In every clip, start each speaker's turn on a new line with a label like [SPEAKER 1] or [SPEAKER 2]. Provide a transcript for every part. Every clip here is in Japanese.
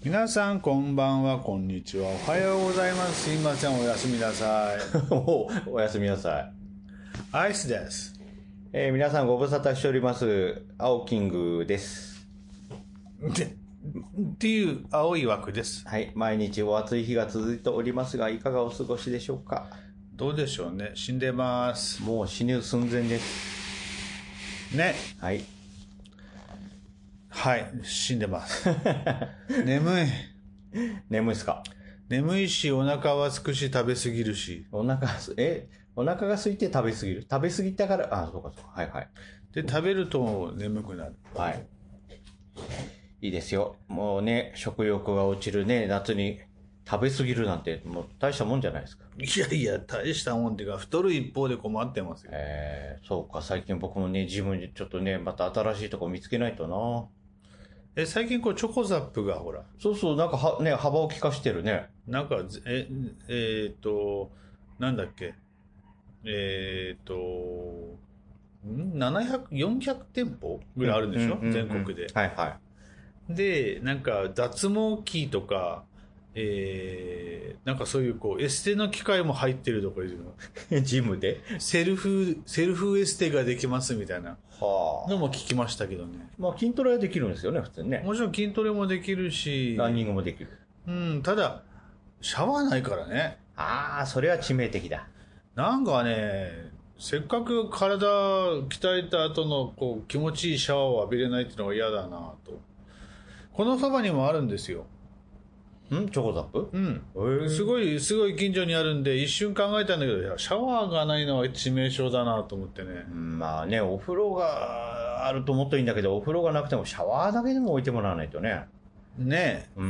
[SPEAKER 1] 皆さんこんばんは、こんにちは、おはようございます。すいません、おやすみなさい。
[SPEAKER 2] おやすみなさ
[SPEAKER 1] アイスです。
[SPEAKER 2] い。皆さんご無沙汰しております。青キングです。
[SPEAKER 1] っていう青い枠です。
[SPEAKER 2] はい。毎日お暑い日が続いておりますが、いかがお過ごしでしょうか。
[SPEAKER 1] どうでしょうね。死んでます。
[SPEAKER 2] もう死ぬ寸前です。
[SPEAKER 1] ね。
[SPEAKER 2] はい。
[SPEAKER 1] はい、死んでます。眠い。
[SPEAKER 2] 眠いっすか。
[SPEAKER 1] 眠いし、お腹はすくし、食べすぎるし。
[SPEAKER 2] お腹が空いて食べ過ぎる。食べ過ぎたから、そうかそうか。はいはい。
[SPEAKER 1] で、食べると眠くなる。
[SPEAKER 2] はい。いいですよ。もうね、食欲が落ちるね、夏に食べ過ぎるなんて、もう大したもんじゃないですか。
[SPEAKER 1] いやいや、大したもんっていうか、太る一方で困ってますよ。
[SPEAKER 2] そうか。最近僕もね、ジムにちょっとね、また新しいとこ見つけないとな。
[SPEAKER 1] 最近チョコザップがほら。
[SPEAKER 2] そうそう、なんか幅を利かしてるね。
[SPEAKER 1] なんか、なんだっけ。700、400店舗ぐらいあるんでしょ、全国で。
[SPEAKER 2] はいは
[SPEAKER 1] で、なんか脱毛器とか、なんかそういうエステの機械も入ってるとかいうの。
[SPEAKER 2] い。ジムで
[SPEAKER 1] セルフエステができますみたいな
[SPEAKER 2] は
[SPEAKER 1] のも聞きましたけどね。
[SPEAKER 2] まあ筋トレはできるんですよね、普通にね。
[SPEAKER 1] もちろん筋トレもできるし、
[SPEAKER 2] ランニングもできる。
[SPEAKER 1] ただ、シャワーないからね。
[SPEAKER 2] それは致命的だ。
[SPEAKER 1] なんかね、せっかく体鍛えた後の気持ちいいシャワーを浴びれないっていうのが嫌だなと。このそばにもあるんですよ。
[SPEAKER 2] チョコザップ。
[SPEAKER 1] すごい近所にあるんで、一瞬考えたんだけど、いや、シャワーがないのは致命傷だなと思ってね。
[SPEAKER 2] まあね、お風呂があるともっといいんだけど、お風呂がなくてもシャワーだけでも置いてもらわないとね。
[SPEAKER 1] ねえ、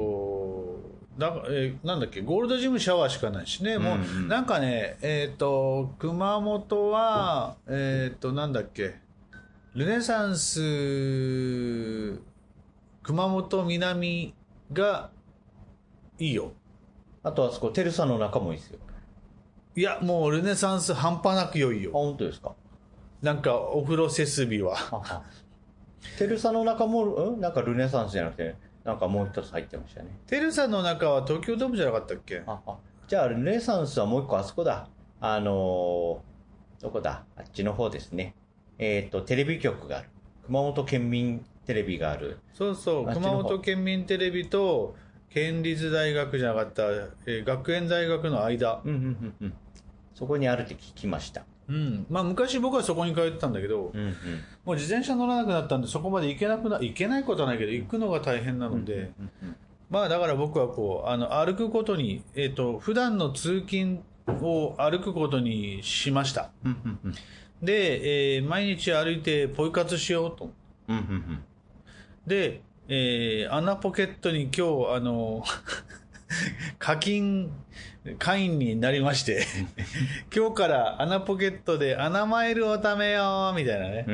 [SPEAKER 1] なんだっけ、ゴールドジムシャワーしかないしね、もう、なんかね、熊本は、なんだっけ、ルネサンス、熊本南がいいよ。
[SPEAKER 2] あとあそこ、テルサの中もいいですよ。
[SPEAKER 1] いや、もうルネサンス半端なく良いよ。
[SPEAKER 2] 本当ですか。
[SPEAKER 1] なんか、お風呂設備は。
[SPEAKER 2] テルサの中も、なんかルネサンスじゃなくて、なんかもう一つ入ってましたね。
[SPEAKER 1] テルサの中は東京ドームじゃなかったっけ？
[SPEAKER 2] じゃあ、ルネサンスはもう一個あそこだ。どこだ、あっちの方ですね。テレビ局がある。熊本県民テレビがある。
[SPEAKER 1] そうそう、熊本県民テレビと、県立大学じゃなかった、学園大学の間。
[SPEAKER 2] そこにあるって聞きました。
[SPEAKER 1] まあ昔僕はそこに通ってたんだけど、もう自転車乗らなくなったんで、そこまで行けないことはないけど、行くのが大変なので、まあだから僕は歩くことに、普段の通勤を歩くことにしました。で、毎日歩いてポイ活しようと。で、アナポケットに今日、会員になりまして、今日からアナポケットでアナマイルを貯めよう、みたいなね。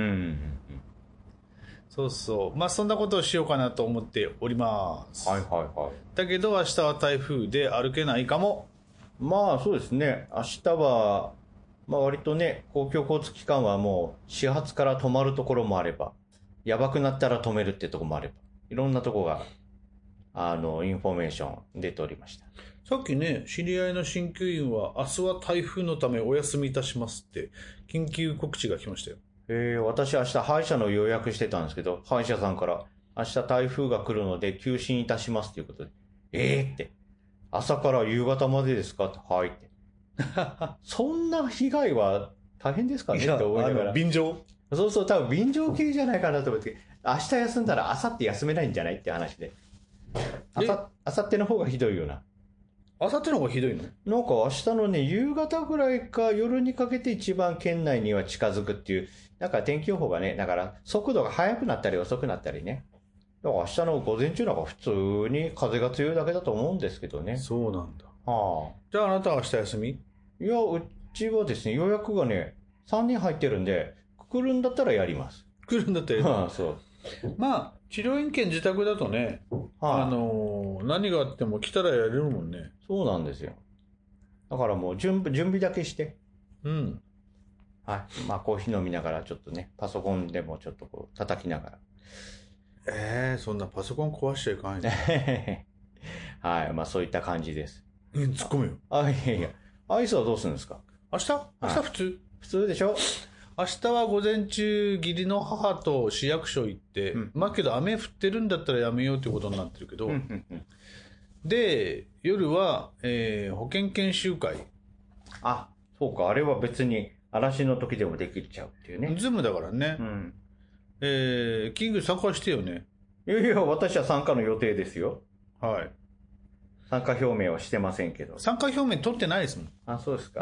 [SPEAKER 1] そうそう。まあそんなことをしようかなと思っております。だけど明日は台風で歩けないかも。
[SPEAKER 2] まあそうですね。明日は、まあ割とね、公共交通機関はもう始発から止まるところもあれば、やばくなったら止めるってところもあれば、いろんなとこが、インフォメーション出ておりました。
[SPEAKER 1] さっきね、知り合いの鍼灸院は明日は台風のためお休みいたしますって、緊急告知が来ましたよ。
[SPEAKER 2] 私明日歯医者の予約してたんですけど、歯医者さんから明日台風が来るので休診いたしますということで、って、朝から夕方までですかって、はいって。そんな被害は大変ですかねって思いながら。
[SPEAKER 1] 便乗？
[SPEAKER 2] そうそう、多分便乗系じゃないかなと思って、明日休んだら明後日休めないんじゃないって話で。明後日の方がひどいよな。
[SPEAKER 1] 明後日の方がひどいの？
[SPEAKER 2] なんか明日のね、夕方ぐらいか夜にかけて一番県内には近づくっていう、なんか天気予報がね、だから速度が速くなったり遅くなったりね。だから明日の午前中なんか普通に風が強いだけだと思うんですけどね。
[SPEAKER 1] そうなんだ。
[SPEAKER 2] はあ。
[SPEAKER 1] じゃああなたは明日休み？
[SPEAKER 2] いや、うちはですね、予約がね、3人入ってるんで、来るんだったらやります。
[SPEAKER 1] 来るんだったら
[SPEAKER 2] そう。
[SPEAKER 1] まあ、治療院券自宅だとね、何があっても来たらやれるもんね。
[SPEAKER 2] そうなんですよ。だからもう準備だけして。はい。まあコーヒー飲みながらちょっとね、パソコンでもちょっと叩きながら。
[SPEAKER 1] そんなパソコン壊しちゃいかんよ。
[SPEAKER 2] はい。まあそういった感じです。
[SPEAKER 1] 突っ込むよ。
[SPEAKER 2] いやいや。アイスはどうするんですか？
[SPEAKER 1] 明日普通。
[SPEAKER 2] 普通でしょ？
[SPEAKER 1] 明日は午前中、義理の母と市役所行って、まあけど雨降ってるんだったらやめようということになってるけど、で、夜は、保険研修会。
[SPEAKER 2] あ、そうか。あれは別に嵐の時でもできちゃうっていうね。
[SPEAKER 1] ズームだからね。キング参加してよね。
[SPEAKER 2] いやいや、私は参加の予定ですよ。
[SPEAKER 1] はい。
[SPEAKER 2] 参加表明はしてませんけど。
[SPEAKER 1] 参加表明取ってないですもん。
[SPEAKER 2] あ、そうですか。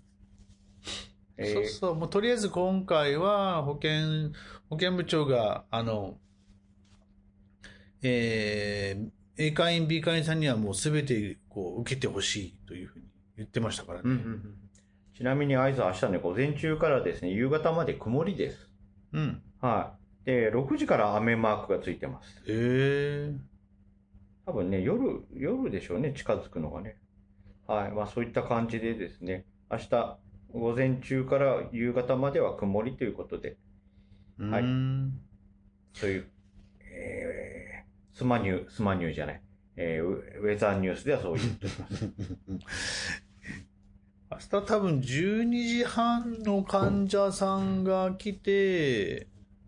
[SPEAKER 1] そうそう。もうとりあえず今回は保健部長が、A 会員 B 会員さんにはもうすべてこう受けてほしいというふうに言ってましたからね。
[SPEAKER 2] ちなみに明日ね、午前中からですね、夕方まで曇りです。はい。で、6時から雨マークがついてます。多分ね、夜でしょうね、近づくのがね。はい。まあそういった感じでですね、明日、午前中から夕方までは曇りということで。はい。そういう、スマニューじゃない。ウェザーニュースではそう言ってます。
[SPEAKER 1] 明日多分12時半の患者さんが来て、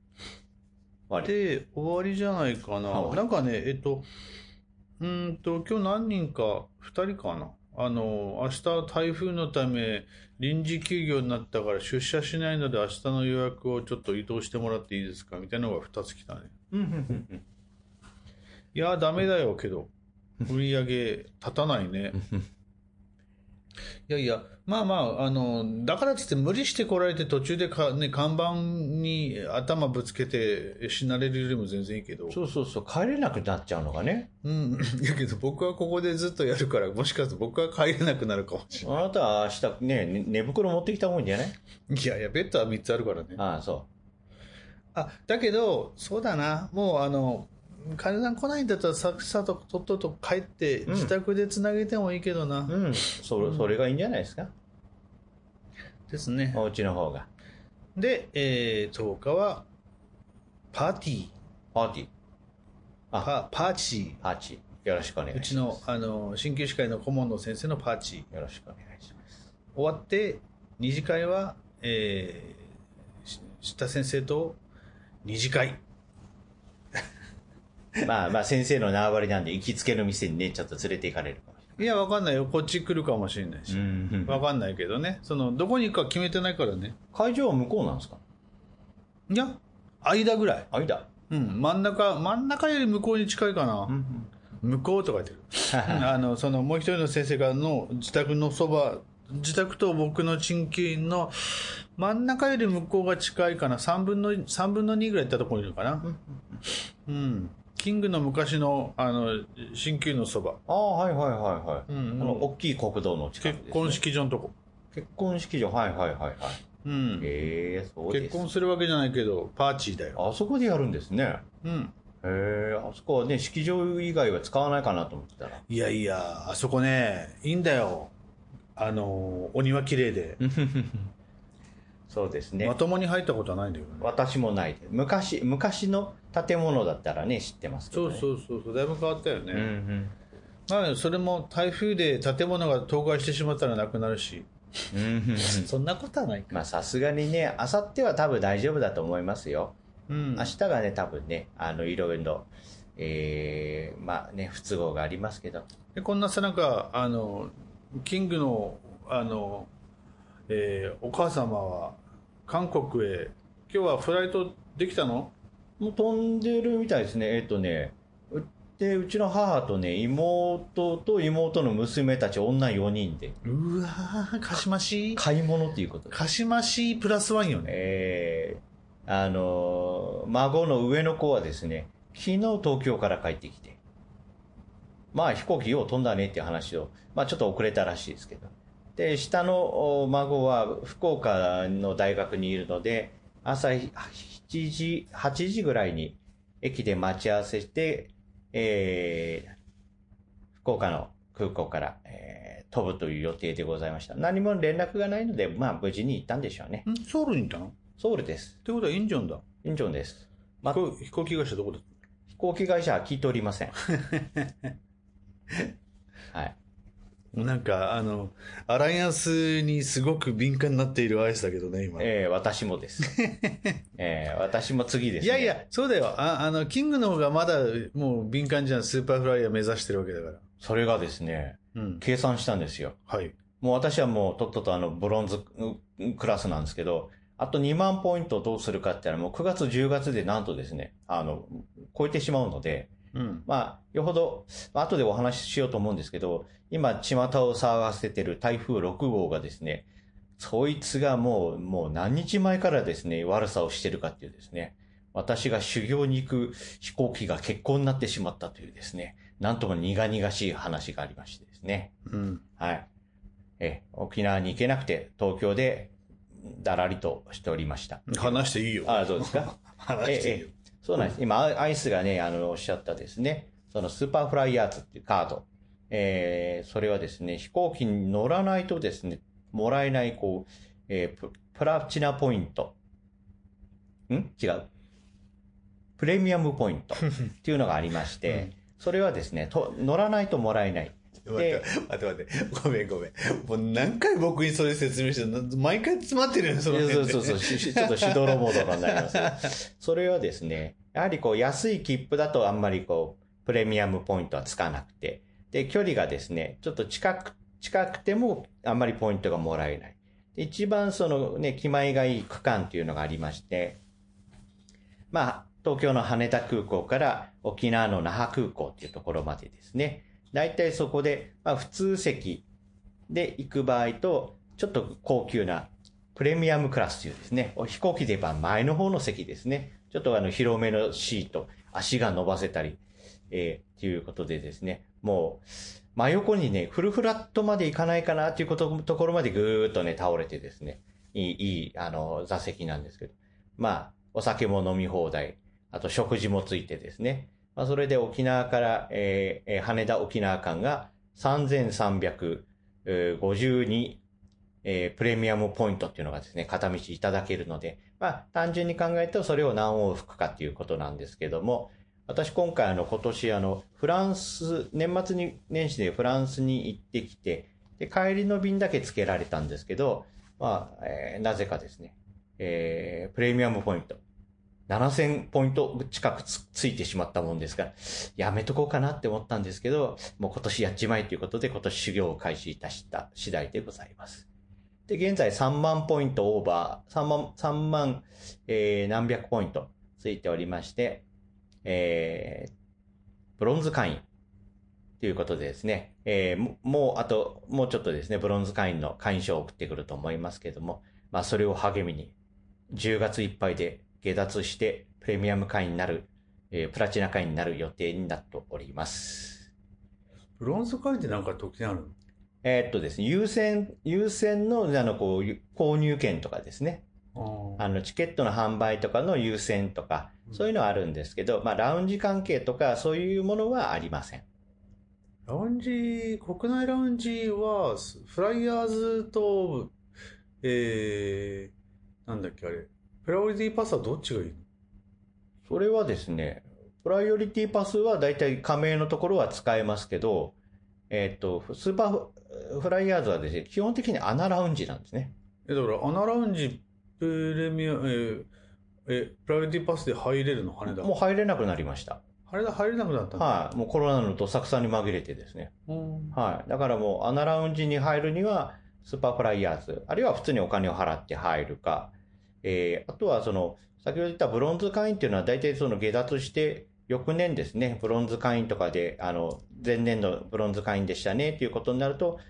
[SPEAKER 1] で、終わりじゃないかな。なんかね、今日何人か、2人かな。明日台風のため臨時休業になったから出社しないので明日の予約をちょっと移動してもらっていいですかみたいなのが2つ来たね。いや、ダメだよけど、売り上げ立たないね。いやいや、まあまあ、だからっつって無理して来られて途中で看板に頭ぶつけて死なれるよりも全然いいけど。
[SPEAKER 2] そうそうそう、帰れなくなっちゃうのがね。
[SPEAKER 1] いやけど僕はここでずっとやるから、もしかすると僕は帰れなくなるかもしれない。
[SPEAKER 2] あなたは明日ね、寝袋持ってきた方がいいんじゃない？い
[SPEAKER 1] やいや、ベッドは3つあるからね。
[SPEAKER 2] ああ、そう。
[SPEAKER 1] だけど、そうだな、もう患者さん来ないんだったらさっさととっとと帰って自宅でつなげてもいいけどな。
[SPEAKER 2] それがいいんじゃないですか。
[SPEAKER 1] ですね。
[SPEAKER 2] お家の方が。
[SPEAKER 1] で、10日はパーティー。
[SPEAKER 2] パーチ。よろしくお願いします。
[SPEAKER 1] うちの鍼灸師会の顧問の先生のパーチ
[SPEAKER 2] ー。よろしくお願いします。
[SPEAKER 1] 終わって二次会は、下先生と二次会。
[SPEAKER 2] まあ先生の縄張りなんで行きつけの店にね、ちょっと連れて行かれるかもしれない。
[SPEAKER 1] いや、わかんないよ。こっち来るかもしれないし。わかんないけどね。どこに行くか決めてないからね。
[SPEAKER 2] 会場は向こうなんですか？
[SPEAKER 1] いや、間ぐらい。
[SPEAKER 2] 間？
[SPEAKER 1] 真ん中より向こうに近いかな。向こうとか言ってる。もう一人の先生が自宅のそば、自宅と僕の鍼灸院の真ん中より向こうが近いかな。3分の2ぐらい行ったところにいるかな。キングの昔の鍼灸のそば。
[SPEAKER 2] はい。大きい国道の近くですね。
[SPEAKER 1] 結婚式場のとこ。
[SPEAKER 2] 結婚式場、はい。そうです。
[SPEAKER 1] 結婚するわけじゃないけどパーチーだよ。
[SPEAKER 2] あそこでやるんですね。あそこはね、式場以外は使わないかなと思ってたら。
[SPEAKER 1] いやいや、あそこね、いいんだよ。お庭綺麗で。
[SPEAKER 2] そうですね。
[SPEAKER 1] まともに入ったことはないんだけどね。
[SPEAKER 2] 私もないです。昔の建物だったらね、知ってますけどね。
[SPEAKER 1] そう。だいぶ変わったよね。まあ、それも台風で建物が倒壊してしまったらなくなるし。そんなことはないか。
[SPEAKER 2] まあ、さすがにね、明後日は多分大丈夫だと思いますよ。明日がね、多分ね、いろいろ、まあね、不都合がありますけど。
[SPEAKER 1] で、こんなさ、なんか、キングの、お母様は、韓国へ、今日はフライトできたの？
[SPEAKER 2] もう飛んでるみたいですね。うちの母とね、妹と妹の娘たち女4人で。
[SPEAKER 1] うわー、かしまし
[SPEAKER 2] 買い物っていうことで。
[SPEAKER 1] かしましプラスワンよね。
[SPEAKER 2] 孫の上の子はですね、昨日東京から帰ってきて、まあ飛行機よう飛んだねっていう話を、まあちょっと遅れたらしいですけど。で、下の孫は福岡の大学にいるので、朝8時ぐらいに駅で待ち合わせして、福岡の空港から、飛ぶという予定でございました。何も連絡がないので、まあ無事に行ったんでしょうね。
[SPEAKER 1] ソウルに行ったの？
[SPEAKER 2] ソウルです。
[SPEAKER 1] ってことはインチョンだ。
[SPEAKER 2] インチョンです。
[SPEAKER 1] 飛行機会社どこだ？
[SPEAKER 2] 飛行機会社は聞いておりません。はい。
[SPEAKER 1] なんか、アライアンスにすごく敏感になっているアイスだけどね、今。
[SPEAKER 2] 私もです。私も次ですね。
[SPEAKER 1] いやいや、そうだよ。キングの方がまだもう敏感じゃん。スーパーフライヤー目指してるわけだから。
[SPEAKER 2] それがですね、計算したんですよ。
[SPEAKER 1] はい。
[SPEAKER 2] もう私はもうとっととブロンズクラスなんですけど、あと2万ポイントをどうするかって言ったらもう9月10月でなんとですね、超えてしまうので、まあ、よほど、後でお話ししようと思うんですけど、今、巷を騒がせてる台風6号がですね、そいつがもう何日前からですね、悪さをしてるかっていうですね、私が修行に行く飛行機が欠航になってしまったというですね、なんとも苦々しい話がありましてですね。はい。沖縄に行けなくて、東京でだらりとしておりました。
[SPEAKER 1] 話していいよ。
[SPEAKER 2] そうですか。
[SPEAKER 1] 話していいよ。
[SPEAKER 2] そうなんです。今、アイスがね、おっしゃったですね、そのスーパーフライヤーズっていうカード。それはですね、飛行機に乗らないとですね、もらえない、プラチナポイント。違う。プレミアムポイントっていうのがありまして、それはですね、乗らないともらえない。
[SPEAKER 1] 待って。ごめん。もう何回僕にそれ説明して、毎回詰まってるよね、その辺で。
[SPEAKER 2] そう。ちょっとしどろもどろになります。それはですね、やはり安い切符だとあんまりプレミアムポイントはつかなくて、で、距離がですね、ちょっと近くてもあんまりポイントがもらえない。で一番気前がいい区間っていうのがありまして、まあ、東京の羽田空港から沖縄の那覇空港っていうところまでですね、だいたいそこで、まあ、普通席で行く場合と、ちょっと高級なプレミアムクラスというですね、飛行機で言えば前の方の席ですね、ちょっと広めのシート、足が伸ばせたり、ということでですね、もう、真横にね、フルフラットまで行かないかなというところまでぐーっとね、倒れてですね、いい座席なんですけど、まあ、お酒も飲み放題、あと食事もついてですね、まあ、それで沖縄から、羽田沖縄間が3352、プレミアムポイントっていうのがですね、片道いただけるので、まあ、単純に考えるとそれを何往復かっていうことなんですけども、私今回今年フランス、年末年始でフランスに行ってきて、で、帰りの便だけ付けられたんですけど、まあ、なぜかですね、プレミアムポイント、7000ポイント近くついてしまったもんですから、やめとこうかなって思ったんですけど、もう今年やっちまいということで今年修行を開始いたした次第でございます。で、現在3万ポイントオーバー、3万、何百ポイントついておりまして、ブロンズ会員ということでですね、もうちょっとですね、ブロンズ会員の会員証を送ってくると思いますけれども、まあそれを励みに、10月いっぱいで下脱してプレミアム会員になる、プラチナ会員になる予定になっております。
[SPEAKER 1] ブロンズ会員ってなんか特典あるの？
[SPEAKER 2] ですね、優先の、購入券とかですね。チケットの販売とかの優先とか、そういうのはあるんですけど、まあ、ラウンジ関係とか、そういうものはありません。
[SPEAKER 1] 国内ラウンジは、フライヤーズと、なんだっけあれ、プライオリティパスはどっちがいいの？
[SPEAKER 2] それはですね、プライオリティパスはだいたい加盟のところは使えますけど、スーパーフライヤーズはですね、基本的にアナラウンジなんですね。
[SPEAKER 1] だからアナラウンジプレミア、プライオリティパスで入れるの？羽田
[SPEAKER 2] もう入れなくなりました。
[SPEAKER 1] 羽田入れなくなったんだ。
[SPEAKER 2] はい、もうコロナのどさくさに紛れてですね。はい。だからもうアナラウンジに入るには、スーパーフライヤーズ、あるいは普通にお金を払って入るか、あとは先ほど言ったブロンズ会員っていうのは大体下脱して、翌年ですね、ブロンズ会員とかで、前年度ブロンズ会員でしたね、ということになると、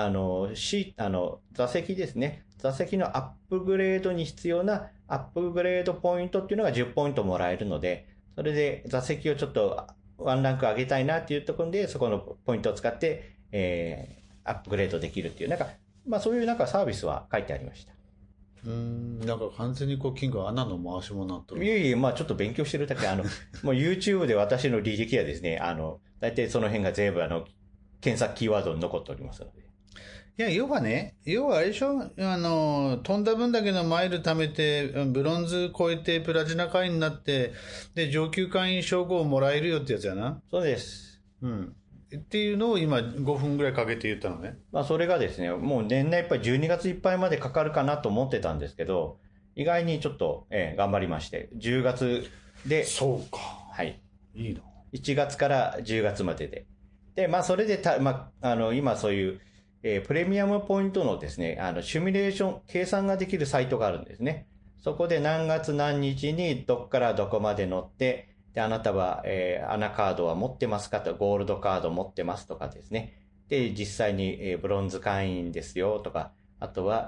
[SPEAKER 2] 座席ですね。座席のアップグレードに必要なアップグレードポイントっていうのが10ポイントもらえるので、それで座席をちょっとワンランク上げたいなっていうところで、そこのポイントを使って、アップグレードできるっていう、まあそういうサービスは書いてありました。
[SPEAKER 1] なんか完全にキングは穴の回し物になってる。
[SPEAKER 2] いえ、まあちょっと勉強してるだけ、もう YouTube で私の履歴はですね、大体その辺が全部検索キーワードに残っておりますので。
[SPEAKER 1] いや、要はあれでしょ、飛んだ分だけのマイル貯めて、ブロンズ超えてプラチナ会員になって、で、上級会員称号をもらえるよってやつやな。
[SPEAKER 2] そうです。
[SPEAKER 1] うん。っていうのを今5分ぐらいかけて言ったのね。
[SPEAKER 2] まあそれがですね、もう年内いっぱい12月いっぱいまでかかるかなと思ってたんですけど、意外にちょっと、頑張りまして、10月で、
[SPEAKER 1] そうか。
[SPEAKER 2] はい。
[SPEAKER 1] いいの。
[SPEAKER 2] 1月から10月までで。で、まあそれで今そういう、プレミアムポイントのですね、シミュレーション、計算ができるサイトがあるんですね。そこで何月何日にどっからどこまで乗って、で、あなたは、アナカードは持ってますかと、ゴールドカード持ってますとかですね。で、実際に、ブロンズ会員ですよとか、あとは、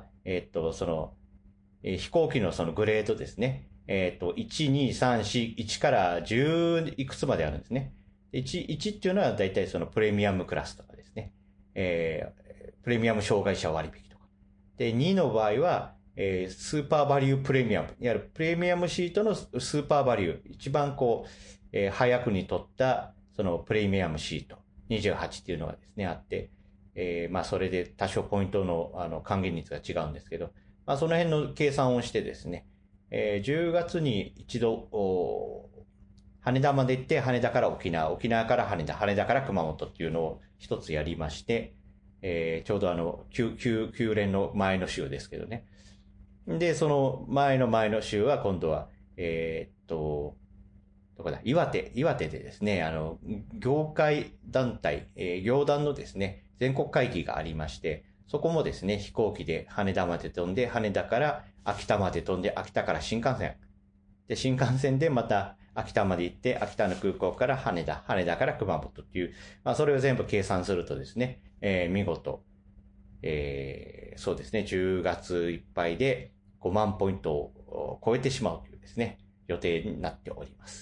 [SPEAKER 2] 飛行機のそのグレードですね。1、2、3、4、1から10いくつまであるんですね。1っていうのは大体そのプレミアムクラスとかですね。プレミアム障害者割引とか。で、2の場合は、スーパーバリュープレミアム。いわゆるプレミアムシートのスーパーバリュー。一番早くに取った、そのプレミアムシート。28っていうのがですね、あって、まあそれで多少ポイントの還元率が違うんですけど、まあその辺の計算をしてですね、10月に一度、羽田まで行って、羽田から沖縄、沖縄から羽田、羽田から熊本っていうのを一つやりまして、ちょうど9連の前の週ですけどね。で、その前の週は今度は、どこだ、岩手でですね、業界団体、業団のですね、全国会議がありまして、そこもですね、飛行機で羽田まで飛んで、羽田から秋田まで飛んで、秋田から新幹線。で、新幹線でまた秋田まで行って、秋田の空港から羽田から熊本っていう、まあ、それを全部計算するとですね、見事、そうですね、10月いっぱいで5万ポイントを超えてしまうというですね、予定になっております。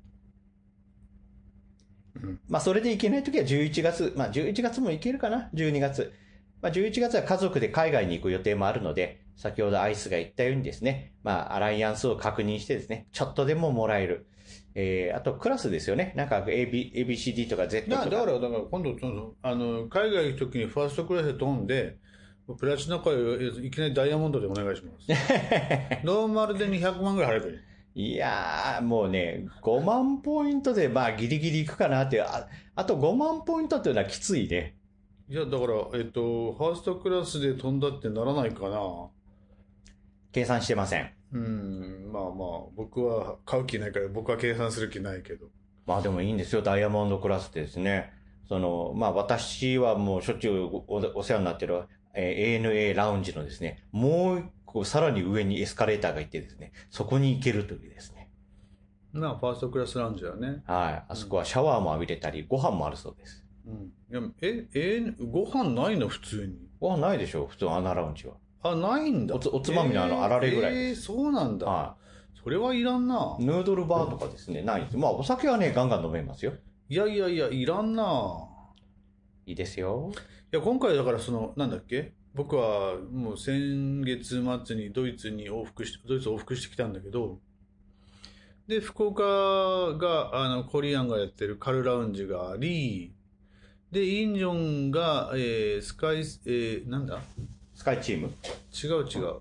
[SPEAKER 2] まあ、それで行けないときは11月、まあ、11月も行けるかな ?12 月。まあ、11月は家族で海外に行く予定もあるので、先ほどアイスが言ったようにですね、まあ、アライアンスを確認してですね、ちょっとでももらえる。あと、クラスですよね。なんか、ABCD とか Z とか。
[SPEAKER 1] だから今度、海外行くときにファーストクラスで飛んで、プラチナ会いきなりダイヤモンドでお願いします。ノーマルで200万ぐらい払えばいい。
[SPEAKER 2] いやー、もうね、5万ポイントで、まあ、ギリギリいくかなっていう、あと5万ポイントっていうのはきついね。
[SPEAKER 1] いや、だから、ファーストクラスで飛んだってならないかな。
[SPEAKER 2] 計算してません。
[SPEAKER 1] まあまあ、僕は買う気ないから、僕は計算する気ないけど。
[SPEAKER 2] まあでもいいんですよ、ダイヤモンドクラスってですね。まあ私はもうしょっちゅうお世話になってる、ANA ラウンジのですね、もう一個さらに上にエスカレーターがいてですね、そこに行けるというですね。
[SPEAKER 1] ファーストクラスラウンジだね。
[SPEAKER 2] はい。あそこはシャワーも浴びれたり、ご飯もあるそうです。
[SPEAKER 1] ご飯ないの普通に。
[SPEAKER 2] ご飯ないでしょ普通アナラウンジは。
[SPEAKER 1] あ、ないんだ。
[SPEAKER 2] おつまみのあられぐらいです。
[SPEAKER 1] そうなんだ。
[SPEAKER 2] はい。
[SPEAKER 1] それはいらんな。
[SPEAKER 2] ヌードルバーとかですね、ないんです。まあお酒はね、ガンガン飲めますよ。
[SPEAKER 1] いや、いらんな。
[SPEAKER 2] いいですよ。
[SPEAKER 1] いや、今回だからなんだっけ、僕はもう先月末にドイツ往復してきたんだけど、で、福岡が、コリアンがやってるカルラウンジがあり、で、インジョンが、なんだ
[SPEAKER 2] スカイチーム
[SPEAKER 1] 違う。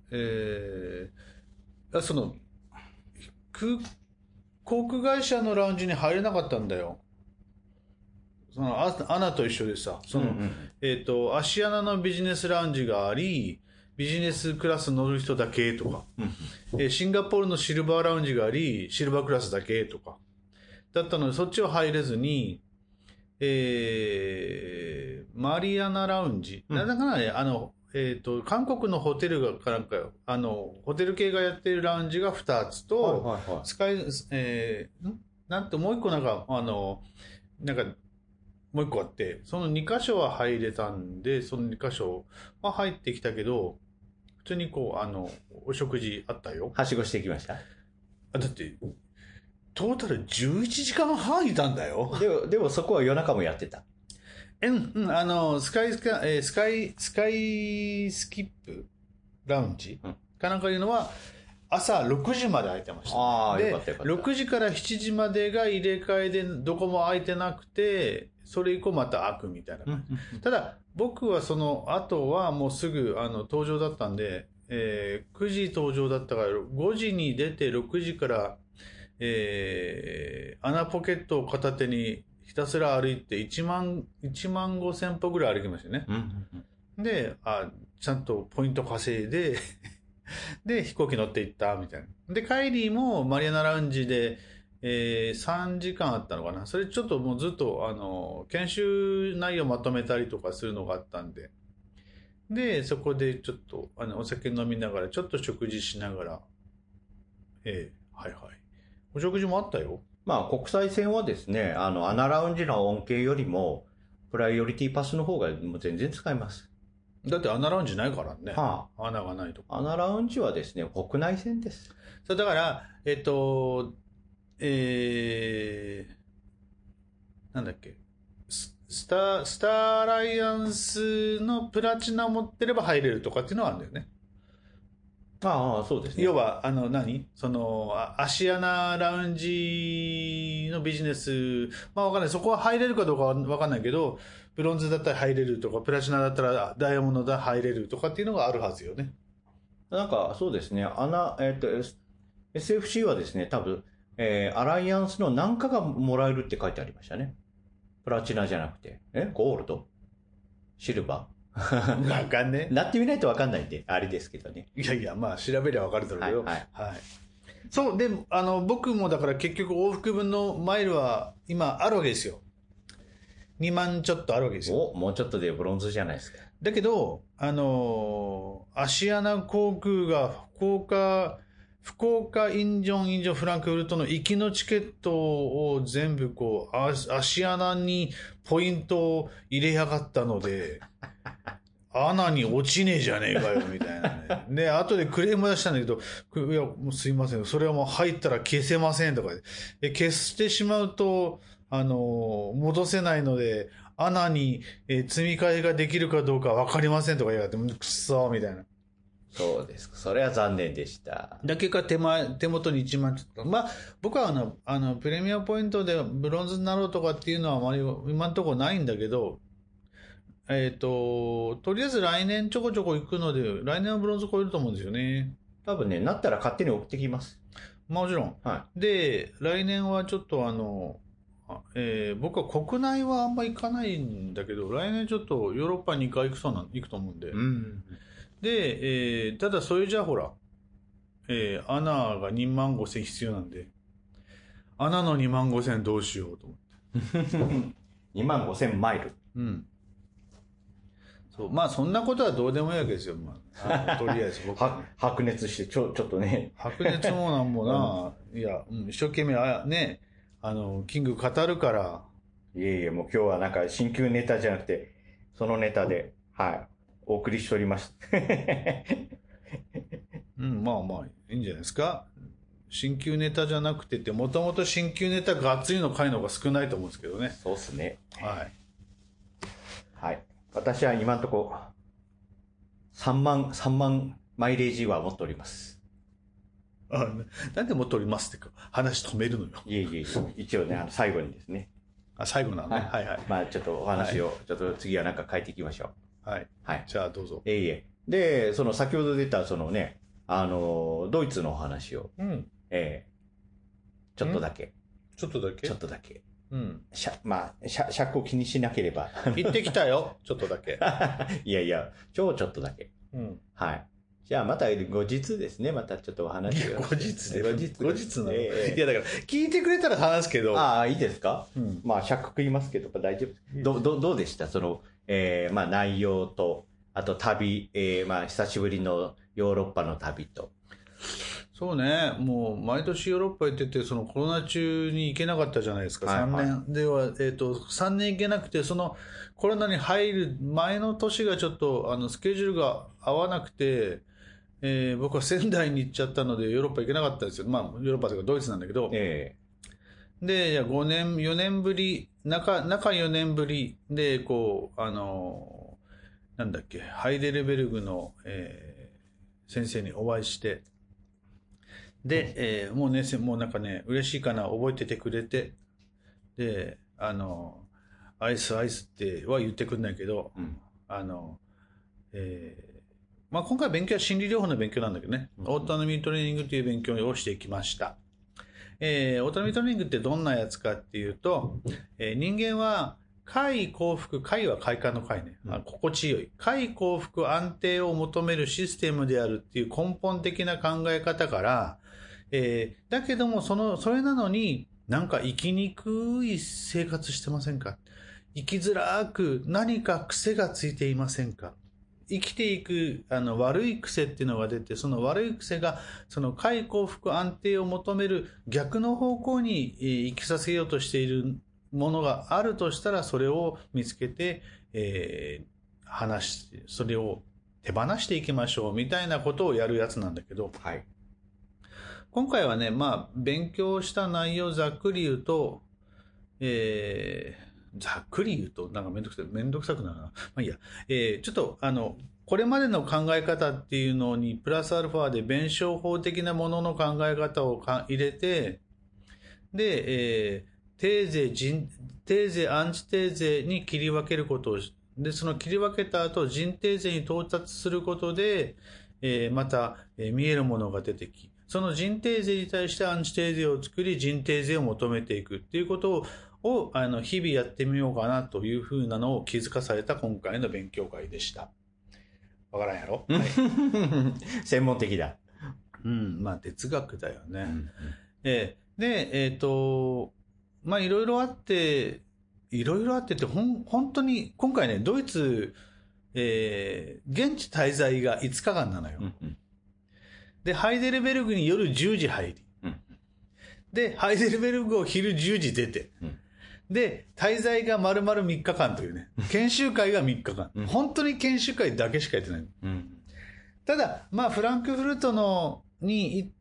[SPEAKER 1] 航空会社のラウンジに入れなかったんだよ。アナと一緒でさ、アシアナのビジネスラウンジがあり、ビジネスクラス乗る人だけとか、シンガポールのシルバーラウンジがあり、シルバークラスだけとか、だったので、そっちは入れずに、マリアナラウンジ、なんだかなね、韓国のホテルなんかよ、ホテル系がやってるラウンジが2つと、スカイ、なんてもう一個なんか、なんか、もう一個あって、その2箇所は入れたんで、その2箇所は入ってきたけど、普通にお食事あったよ。
[SPEAKER 2] はしごしてきました。
[SPEAKER 1] だって、トータル11時間半いたんだよ。
[SPEAKER 2] でもそこは夜中もやってた。
[SPEAKER 1] スカイスキップラウンジかなんかいうのは、朝6時まで空いてました。
[SPEAKER 2] ああ、よかった。
[SPEAKER 1] 6時から7時までが入れ替えでどこも空いてなくて、 それ以降また開くみたいな感じ。ただ、僕はその後はもうすぐ登場だったんで、9時登場だったから、5時に出て6時から、穴ポケットを片手にひたすら歩いて1万5,000歩ぐらい歩きましたよね。で、ちゃんとポイント稼いで、で、飛行機乗って行ったみたいな。で、帰りもマリアナラウンジで、3時間あったのかな。それちょっともうずっと、研修内容まとめたりとかするのがあったんで。で、そこでちょっと、お酒飲みながら、ちょっと食事しながら、はいはい。お食事もあったよ。
[SPEAKER 2] まあ、国際線はですね、アナラウンジの恩恵よりも、プライオリティパスの方がもう全然使えます。
[SPEAKER 1] だってアナラウンジないからね。
[SPEAKER 2] は
[SPEAKER 1] あ、穴がないとか。
[SPEAKER 2] アナラウンジはですね、国内線です。
[SPEAKER 1] そう、だから、なんだっけ。スターアライアンスのプラチナ持ってれば入れるとかっていうのはあるんだよね。
[SPEAKER 2] ああ、そうですね。
[SPEAKER 1] 要は、アシアナラウンジのビジネス、まあわかんない。そこは入れるかどうかはわかんないけど、ブロンズだったら入れるとか、プラチナだったらダイヤモンドだ入れるとかっていうのがあるはずよね。
[SPEAKER 2] なんか、そうですね。SFC はですね、多分、アライアンスの何かがもらえるって書いてありましたね。プラチナじゃなくて。ゴールドシルバ
[SPEAKER 1] ーわかんね
[SPEAKER 2] なってみないとわかんないんで、あれですけどね。
[SPEAKER 1] いやいや、まあ、調べりゃわかるだろうけど。
[SPEAKER 2] はい。
[SPEAKER 1] そう、で、僕もだから結局往復分のマイルは今あるわけですよ。2万ちょっとあるわけですよ。
[SPEAKER 2] もうちょっとでブロンズじゃないですか。
[SPEAKER 1] だけど、アシアナ航空が福岡、インジョン、フランクフルトの行きのチケットを全部アシアナにポイントを入れやがったので、穴に落ちねえじゃねえかよ、みたいなね。で、後でクレーム出したんだけど、いや、もうすいません。それはもう入ったら消せませんとかで。消してしまうと、戻せないので、穴に、積み替えができるかどうかわかりませんとか言われて、くっそー、みたいな。
[SPEAKER 2] そうです。それは残念でした。
[SPEAKER 1] だけか手元に1万ちょっと。まあ、僕はプレミアポイントでブロンズになろうとかっていうのはあまり今のところないんだけど、とりあえず来年ちょこちょこ行くので、来年はブロンズ超えると思うんですよね。
[SPEAKER 2] 多分ね、なったら勝手に送ってきます。
[SPEAKER 1] もちろん。
[SPEAKER 2] はい。
[SPEAKER 1] で、来年はちょっと僕は国内はあんま行かないんだけど、来年ちょっとヨーロッパに2回行くと思うんで。で、ただそれじゃほら、アナが2万5千必要なんで、アナの2万5千どうしようと思って。
[SPEAKER 2] 2万5千マイル。
[SPEAKER 1] うん。そう、まあそんなことはどうでもいいわけですよ。まあ、とりあえず僕は、ね。
[SPEAKER 2] 白熱して、ちょっとね。
[SPEAKER 1] 白熱もなんもな、いや、一生懸命ね、キング語るから。
[SPEAKER 2] いえいえ、もう今日はなんか新旧ネタじゃなくて、そのネタで、はい、お送りしております。
[SPEAKER 1] うん、まあまあ、いいんじゃないですか。新旧ネタじゃなくてって、もともと新旧ネタがっつりの回の方が少ないと思うんですけどね。
[SPEAKER 2] そうっすね。
[SPEAKER 1] はい。
[SPEAKER 2] はい。私は今のところ、3万マイレージは持っております。
[SPEAKER 1] なんで持っておりますってか、話止めるのよ。
[SPEAKER 2] いえいえ、一応ね、最後にですね。
[SPEAKER 1] 最後なのね。はいはい。
[SPEAKER 2] まあちょっとお話を、ちょっと次はなんか変えていきましょ
[SPEAKER 1] う。はい。はい。じゃあどうぞ。
[SPEAKER 2] いえ。で、先ほど出た、ドイツのお話を、ちょっとだけ。
[SPEAKER 1] ちょっとだけ
[SPEAKER 2] ちょっとだけ。
[SPEAKER 1] うん。
[SPEAKER 2] 尺を気にしなければ。
[SPEAKER 1] 行ってきたよ。ちょっとだけ。
[SPEAKER 2] いやいや、ちょっとだけ。
[SPEAKER 1] うん。
[SPEAKER 2] はい。じゃあまた後日ですね。またちょっとお話を。
[SPEAKER 1] 後日で。後日なの。い
[SPEAKER 2] や
[SPEAKER 1] だから、聞いてくれたら話すけど。
[SPEAKER 2] ああ、いいですか？
[SPEAKER 1] うん。
[SPEAKER 2] まあ、尺食いますけど、大丈夫。どうでした内容と、あと旅、久しぶりのヨーロッパの旅と。
[SPEAKER 1] そうね。もう、毎年ヨーロッパ行ってて、コロナ中に行けなかったじゃないですか。3年。では、3年行けなくて、コロナに入る前の年がちょっと、スケジュールが合わなくて、僕は仙台に行っちゃったので、ヨーロッパ行けなかったんですよ。まあ、ヨーロッパというかドイツなんだけど。で、4年ぶり、中4年ぶりで、なんだっけ、ハイデルベルグの、先生にお会いして、で、もうなんかね、嬉しいかな、覚えててくれて、で、 アイスっては言ってくんないけど、
[SPEAKER 2] うん。
[SPEAKER 1] まあ今回勉強は心理療法の勉強なんだけどね、オートノミートレーニングという勉強をしてきました。オートノミートレーニングってどんなやつかっていうと、人間は快幸福、快は快感の快ね、心地よい。快幸福安定を求めるシステムであるっていう根本的な考え方から、だけどもそれなのになんか生きにくい生活してませんか？生きづらく何か癖がついていませんか？生きていく悪い癖っていうのが出て、その悪い癖がその快幸福安定を求める逆の方向に生きさせようとしているものがあるとしたら、それを見つけて、それを手放していきましょうみたいなことをやるやつなんだけど、
[SPEAKER 2] はい。
[SPEAKER 1] 今回はね、まあ勉強した内容をざっくり言うと、ざっくり言うとなんかめんどくさくなるな。まあいいや。ちょっとこれまでの考え方っていうのにプラスアルファで弁証法的なものの考え方を入れて、で、テーゼ、アンチテーゼに切り分けることを、で、その切り分けた後、ジンテーゼに到達することで、また、見えるものが出てき、そのジンテーゼに対してアンチテーゼを作り、ジンテーゼを求めていくっていうことを、日々やってみようかなというふうなのを気づかされた今回の勉強会でした。わからんやろ？はい、
[SPEAKER 2] 専門的だ。
[SPEAKER 1] うん、まあ哲学だよね。
[SPEAKER 2] うん
[SPEAKER 1] で、まあいろいろあって、って本当に今回ね、ドイツ、現地滞在が5日間なのよ。
[SPEAKER 2] うんうん、
[SPEAKER 1] で、ハイデルベルグに夜10時入り。
[SPEAKER 2] うん、
[SPEAKER 1] で、ハイデルベルグを昼10時出て。
[SPEAKER 2] うん、
[SPEAKER 1] で、滞在が丸々3日間というね。研修会が3日間。本当に研修会だけしかやってない。
[SPEAKER 2] うん、
[SPEAKER 1] ただ、まあフランクフルトに行って、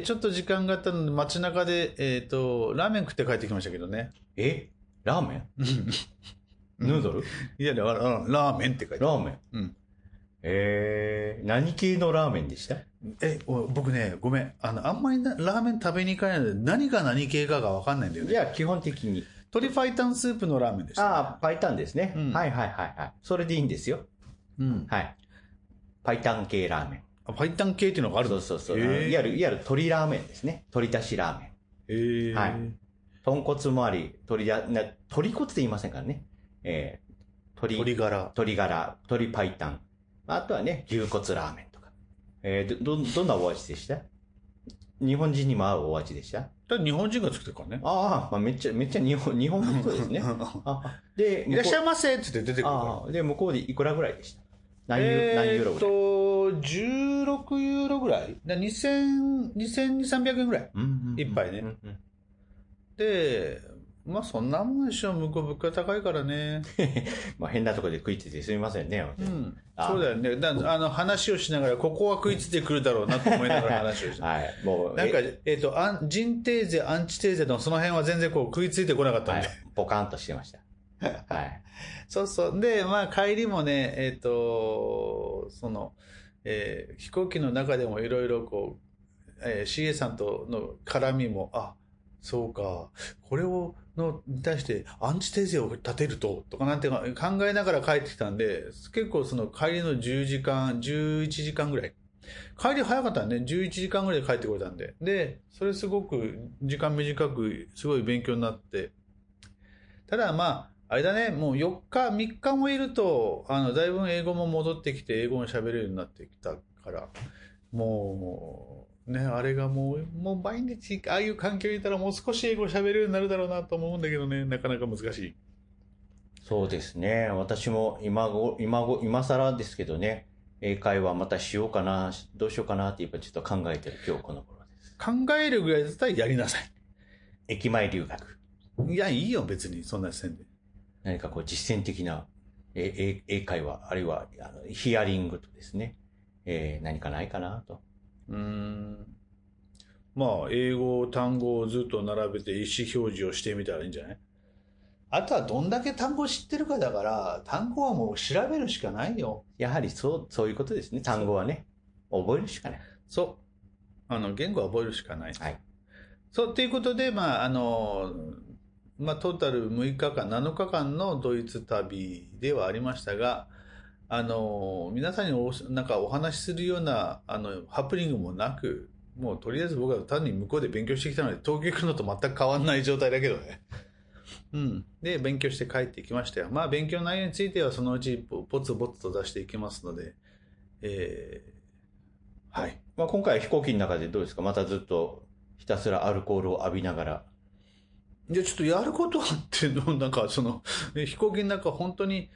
[SPEAKER 1] ちょっと時間があったので街中で、ラーメン食って帰ってきましたけどね。
[SPEAKER 2] ラーメンヌードル
[SPEAKER 1] いや、ラーメンって書いてある。
[SPEAKER 2] ラーメン。
[SPEAKER 1] うん。
[SPEAKER 2] 何系のラーメンでした？
[SPEAKER 1] 僕ね、ごめん。あんまりラーメン食べに行かないので、何が何系かがわかんないんだよね。
[SPEAKER 2] いや、基本的に。
[SPEAKER 1] 鶏白湯スープのラーメンでした、ね。
[SPEAKER 2] ああ、白湯ですね、
[SPEAKER 1] うん。
[SPEAKER 2] はいはいはいはい。それでいいんですよ。
[SPEAKER 1] うん。
[SPEAKER 2] はい。白湯系ラーメン。
[SPEAKER 1] 白湯系っていうのがあるの？
[SPEAKER 2] そう。いわゆる鶏ラーメンですね。鶏だしラーメン。はい。豚骨もあり、鶏骨って言いませんからね。鶏ガラ、鶏白湯。あとはね、牛骨ラーメンとか。どんなお味でした？日本人にも合うお味でした？
[SPEAKER 1] 日本人が作ってるからね。
[SPEAKER 2] まあ、めっちゃ日本の人ですね。で、
[SPEAKER 1] いらっしゃいませって言って出てくるから。
[SPEAKER 2] で、向こうでいくらぐらいでした？何ユーロぐらい
[SPEAKER 1] 16ユーロぐらい2300円ぐらい。一杯ね。で、まあそんなもんでしょ。向こう物価高いからね。
[SPEAKER 2] まあ変なところで食いついてすみませんね。
[SPEAKER 1] そうだよね。話をしながら、ここは食いついてくるだろうなと思いながら話をして。
[SPEAKER 2] はい。もう。
[SPEAKER 1] なんか、ジンテーゼ、アンチテーゼのその辺は全然こう食いついてこなかったんで。はい、
[SPEAKER 2] ポカンとしてました。はい。
[SPEAKER 1] そう。で、まあ帰りもね、飛行機の中でもいろいろこう、CA さんとの絡みも、そうか、これに対してアンチテーゼを立てるとかなんて考えながら帰ってきたんで、結構その帰りの11時間ぐらい。帰り早かったんで、ね、11時間ぐらいで帰ってこれたんで。で、それすごく時間短く、すごい勉強になって。ただまあ、あれだね、もう3日もいると、だいぶ英語も戻ってきて、英語も喋れるようになってきたから、もう、ね、あれがもう毎日、ああいう環境にいたらもう少し英語喋れるようになるだろうなと思うんだけどね、なかなか難しい。
[SPEAKER 2] そうですね。私も今更ですけどね、英会話またしようかな、どうしようかなって今ちょっと考えてる今日この頃です。
[SPEAKER 1] 考えるぐらいだったらやりなさい。
[SPEAKER 2] 駅前留学。
[SPEAKER 1] いや、いいよ、別に、そんな視点で。
[SPEAKER 2] 何かこう実践的な英会話、あるいはヒアリングとですね、何かないかなと。
[SPEAKER 1] まあ、英語、単語をずっと並べて意思表示をしてみたらいいんじゃない？あとはどんだけ単語知ってるかだから、単語はもう調べるしかないよ。
[SPEAKER 2] やはりそういうことですね。単語はね、覚えるしかない。
[SPEAKER 1] そう。言語は覚えるしかない。
[SPEAKER 2] はい。
[SPEAKER 1] そう、ということで、まあ、 まあ、トータル6日間、7日間のドイツ旅ではありましたが、皆さんになんかお話しするような、ハプニングもなく、もうとりあえず僕は単に向こうで勉強してきたので、東京行くのと全く変わんない状態だけどね。うん。で、勉強して帰ってきましたよ。まあ、勉強内容についてはそのうちポツポツと出していきますので、はい。
[SPEAKER 2] まあ、今回は飛行機の中でどうですか？またずっとひたすらアルコールを浴びながら。
[SPEAKER 1] じゃあちょっとやることはっていうの、なんか飛行機の中本当に、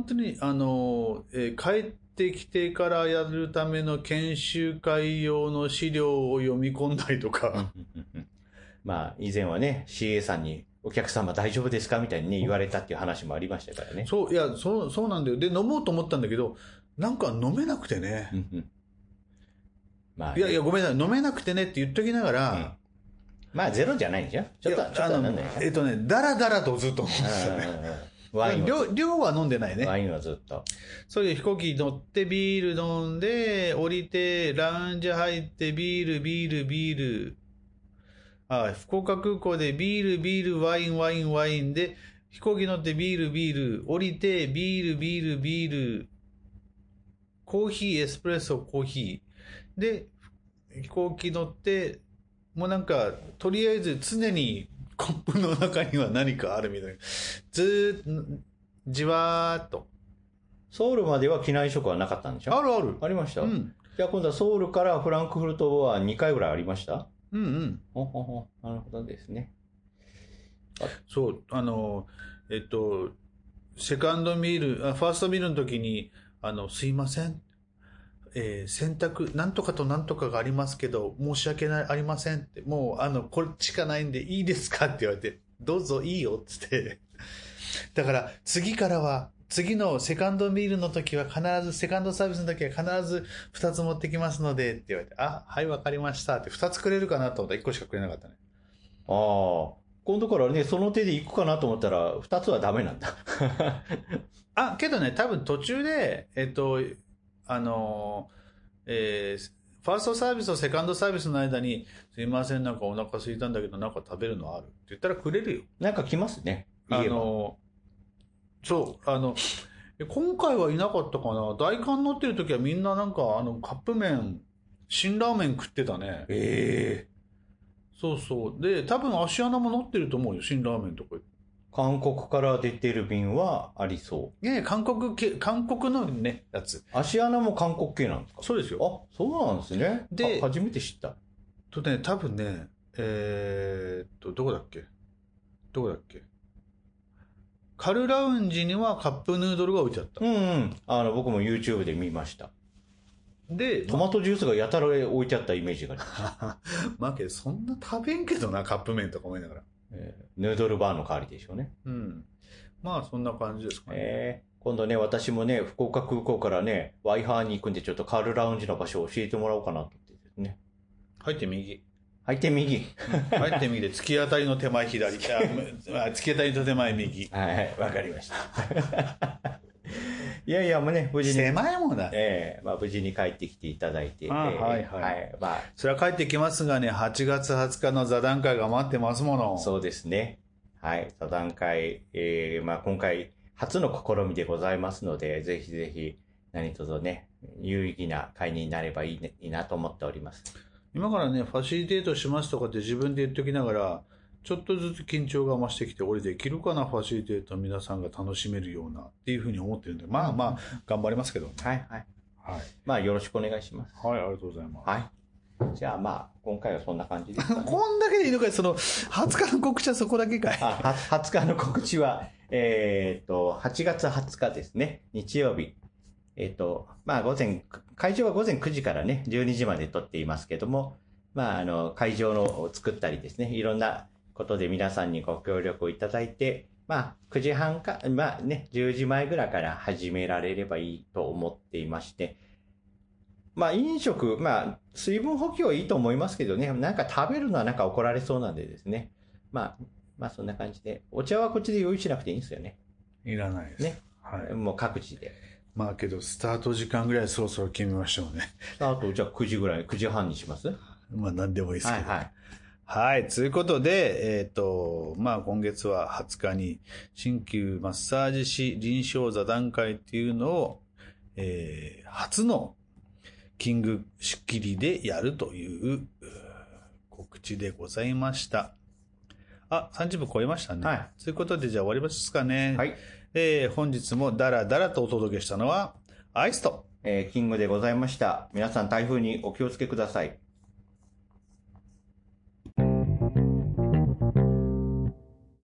[SPEAKER 1] 帰ってきてからやるための研修会用の資料を読み込んだりとか。
[SPEAKER 2] まあ、以前はね、CA さんにお客様大丈夫ですかみたいにね、言われたっていう話もありましたからね。
[SPEAKER 1] そう、いや、そうなんだよ。で、飲もうと思ったんだけど、なんか飲めなくてね。まあ、いや、ごめんなさい。飲めなくてねって言っときながら、
[SPEAKER 2] まあ、ゼロじゃないんでしょ？ちょっとなんだよ。
[SPEAKER 1] だらだらとずっと飲んでたね。ワイン量は飲んでないね。
[SPEAKER 2] ワインはずっと。
[SPEAKER 1] そういう飛行機乗ってビール飲んで、降りて、ラウンジ入ってビール。福岡空港でビール、ワインで、飛行機乗ってビール、降りてビール、コーヒー、エスプレッソ、コーヒー。で、飛行機乗って、もうなんか、とりあえず常にコップの中には何かあるみたいな。ずーっと、じわーっと。
[SPEAKER 2] ソウルまでは機内食はなかったんでしょ？
[SPEAKER 1] ある。
[SPEAKER 2] ありました？じゃあ今度はソウルからフランクフルトは2回ぐらいありました？なるほどですね。
[SPEAKER 1] そう、セカンドミール、ファーストミールの時に、すいません。選択、なんとかとなんとかがありますけど、申し訳ありませんって、もう、こっちしかないんでいいですかって言われて、どうぞいいよって言って。だから、次のセカンドミールの時はセカンドサービスの時は必ず2つ持ってきますのでって言われて、はい、わかりましたって2つくれるかなと思ったら1個しかくれなかったね。
[SPEAKER 2] 今度からね、その手で行くかなと思ったら、2つはダメなんだ。
[SPEAKER 1] けどね、多分途中で、ファーストサービスとセカンドサービスの間に、すいません、なんかお腹空いたんだけど、なんか食べるのあるって言ったらくれるよ。
[SPEAKER 2] なんか来ますね。
[SPEAKER 1] そう、今回はいなかったかな。大寒乗ってる時はみんななんか、カップ麺、辛ラーメン食ってたね。そう。で、多分芦穴も乗ってると思うよ、辛ラーメンとか。
[SPEAKER 2] 韓国から出てる便はありそう。
[SPEAKER 1] 韓国のね、やつ。
[SPEAKER 2] 芦穴も韓国系なんですか？
[SPEAKER 1] そうですよ。
[SPEAKER 2] そうなんですね。で、初めて知った。
[SPEAKER 1] 多分ね、どこだっけカルラウンジにはカップヌードルが置いてあった。
[SPEAKER 2] 僕も YouTube で見ました。
[SPEAKER 1] で、
[SPEAKER 2] トマトジュースがやたら置いてあったイメージがあ
[SPEAKER 1] る。まあけど、そんな食べんけどな、カップ麺とか思いながら。
[SPEAKER 2] ヌードルバーの代わりでしょうね。
[SPEAKER 1] まあ、そんな感じですかね。
[SPEAKER 2] 今度ね、私もね、福岡空港からね、ワイハーに行くんで、ちょっとカールラウンジの場所を教えてもらおうかなと思ってですね。
[SPEAKER 1] 入って右
[SPEAKER 2] 入って右
[SPEAKER 1] で、突き当たりの手前左。突き当たりの手前右。
[SPEAKER 2] はい、わかりました。いや、もうね、無事に。
[SPEAKER 1] 狭いもんだ。
[SPEAKER 2] 無事に帰ってきていただいて。
[SPEAKER 1] それは帰ってきますがね、8月20日の座談会が待ってますもの。
[SPEAKER 2] そうですね。はい、座談会、今回、初の試みでございますので、ぜひぜひ、何卒ね、有意義な会になればいいなと思っております。
[SPEAKER 1] 今からね、ファシリテートしますとかって自分で言っておきながら、ちょっとずつ緊張が増してきて、俺できるかな、ファシリテート皆さんが楽しめるようなっていうふうに思ってるんで、まあ、頑張りますけど。
[SPEAKER 2] はい。よろしくお願いします。
[SPEAKER 1] はい、ありがとうございます。
[SPEAKER 2] はい。じゃあ今回はそんな感じですかね。
[SPEAKER 1] こんだけでいいのかい？その、20日の告知はそこだけかい
[SPEAKER 2] ？20日の告知は、8月20日ですね、日曜日。会場は午前9時からね、12時まで撮っていますけども、会場を作ったりですね、いろんなことで皆さんにご協力をいただいて、9時半か、10時前ぐらいから始められればいいと思っていまして、飲食、水分補給はいいと思いますけどね、なんか食べるのはなんか怒られそうなんでですね、そんな感じで、お茶はこっちで用意しなくていいんですよね。
[SPEAKER 1] いらないです。
[SPEAKER 2] ね。はい。もう各自で。
[SPEAKER 1] けど、スタート時間ぐらいそろそろ決めましょうね。
[SPEAKER 2] スタート、じゃあ9時ぐらい、9時半にします？
[SPEAKER 1] 何でもいいですけど。 はい。ということで、まあ、今月は20日に、鍼灸マッサージ師臨床座談会っていうのを、初のキング仕切りでやるという告知でございました。あ、30分超えましたね。はい。ということで、じゃあ終わりますかね。はい。本日もダラダラとお届けしたのは、アイスと、
[SPEAKER 2] キングでございました。皆さん台風にお気をつけください。